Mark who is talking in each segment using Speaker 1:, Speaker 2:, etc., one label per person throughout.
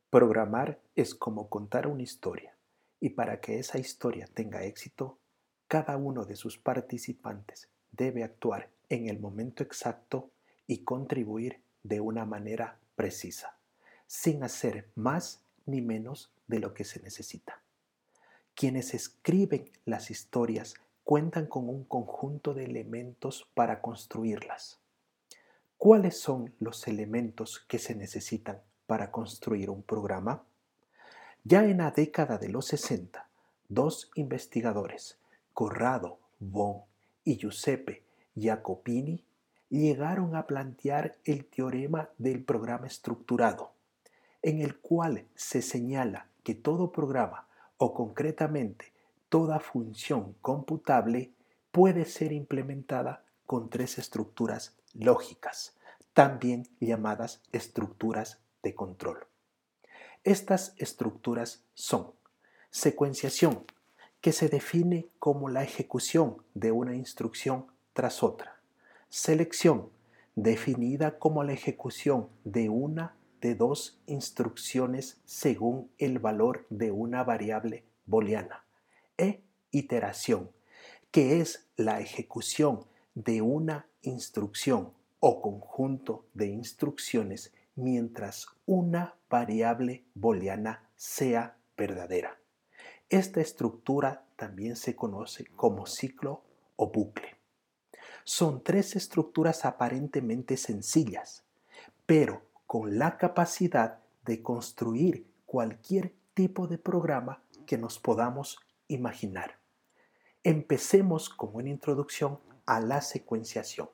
Speaker 1: Programar es como contar una historia, y para que esa historia tenga éxito, cada uno de sus participantes debe actuar en el momento exacto y contribuir de una manera precisa, sin hacer más ni menos de lo que se necesita. Quienes escriben las historias cuentan con un conjunto de elementos para construirlas. ¿Cuáles son los elementos que se necesitan para construir un programa? Ya en la década de los 60, dos investigadores, Corrado Von y Giuseppe Jacopini, llegaron a plantear el teorema del programa estructurado, en el cual se señala que todo programa, o concretamente toda función computable, puede ser implementada con tres estructuras lógicas, también llamadas estructuras de control. Estas estructuras son secuenciación, que se define como la ejecución de una instrucción tras otra. Selección, definida como la ejecución de una de dos instrucciones según el valor de una variable booleana. E iteración, que es la ejecución de una instrucción o conjunto de instrucciones mientras una variable booleana sea verdadera. Esta estructura también se conoce como ciclo o bucle. Son tres estructuras aparentemente sencillas, pero con la capacidad de construir cualquier tipo de programa que nos podamos imaginar. Empecemos con una introducción a la secuenciación.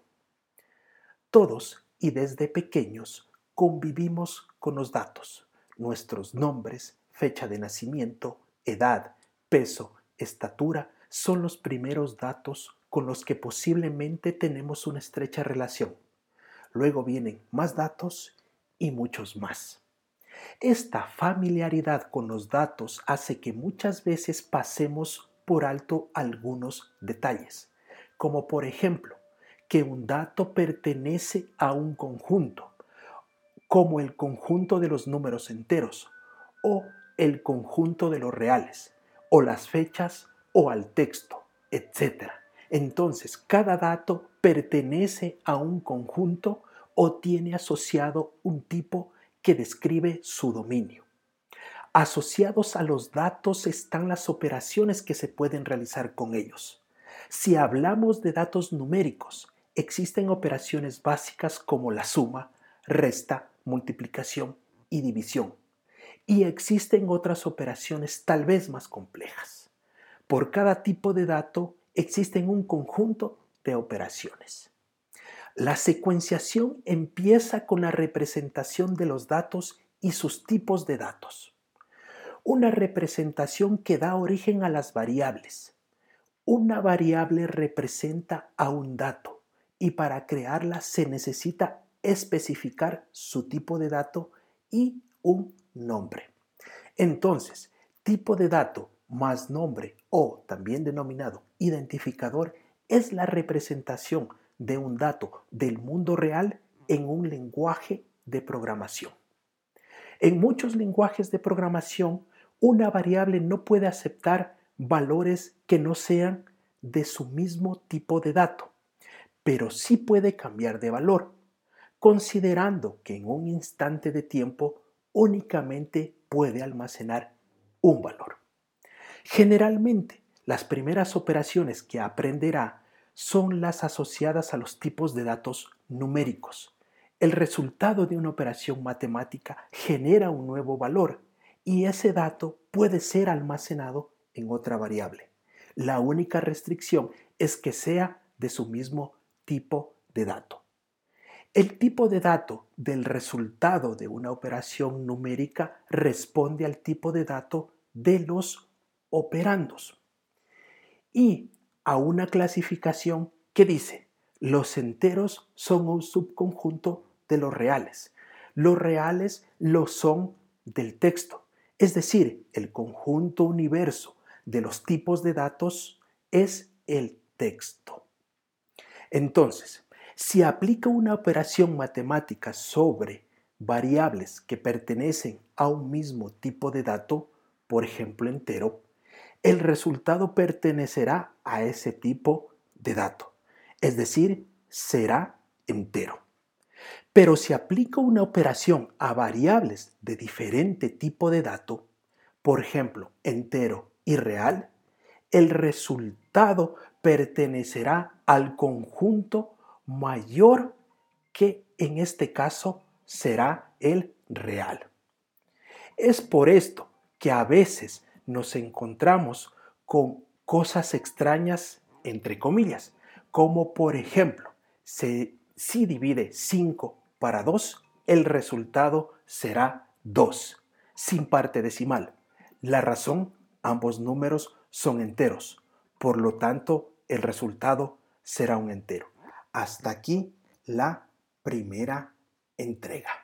Speaker 1: Todos y desde pequeños convivimos con los datos, nuestros nombres, fecha de nacimiento, edad, peso, estatura son los primeros datos con los que posiblemente tenemos una estrecha relación. Luego vienen más datos y muchos más. Esta familiaridad con los datos hace que muchas veces pasemos por alto algunos detalles, como por ejemplo, que un dato pertenece a un conjunto, como el conjunto de los números enteros, o el conjunto de los reales, o las fechas, o al texto, etc. Entonces, cada dato pertenece a un conjunto o tiene asociado un tipo que describe su dominio. Asociados a los datos están las operaciones que se pueden realizar con ellos. Si hablamos de datos numéricos, existen operaciones básicas como la suma, resta, multiplicación y división. Y existen otras operaciones tal vez más complejas. Por cada tipo de dato existen un conjunto de operaciones. La secuenciación empieza con la representación de los datos y sus tipos de datos. Una representación que da origen a las variables. Una variable representa a un dato y para crearla se necesita especificar su tipo de dato y un nombre. Entonces, tipo de dato más nombre o también denominado identificador es la representación de un dato del mundo real en un lenguaje de programación. En muchos lenguajes de programación, una variable no puede aceptar valores que no sean de su mismo tipo de dato, pero sí puede cambiar de valor, considerando que en un instante de tiempo únicamente puede almacenar un valor. Generalmente, las primeras operaciones que aprenderá son las asociadas a los tipos de datos numéricos. El resultado de una operación matemática genera un nuevo valor y ese dato puede ser almacenado en otra variable. La única restricción es que sea de su mismo tipo de dato. El tipo de dato del resultado de una operación numérica responde al tipo de dato de los operandos y a una clasificación que dice los enteros son un subconjunto de los reales. Los reales lo son del texto, es decir, el conjunto universo de los tipos de datos es el texto. Entonces, si aplica una operación matemática sobre variables que pertenecen a un mismo tipo de dato, por ejemplo entero, el resultado pertenecerá a ese tipo de dato, es decir, será entero. Pero si aplico una operación a variables de diferente tipo de dato, por ejemplo, entero y real, el resultado pertenecerá al conjunto mayor que en este caso será el real. Es por esto que a veces nos encontramos con cosas extrañas, entre comillas, como por ejemplo, si divide 5 para 2, el resultado será 2, sin parte decimal. La razón, ambos números son enteros, por lo tanto, el resultado será un entero. Hasta aquí la primera entrega.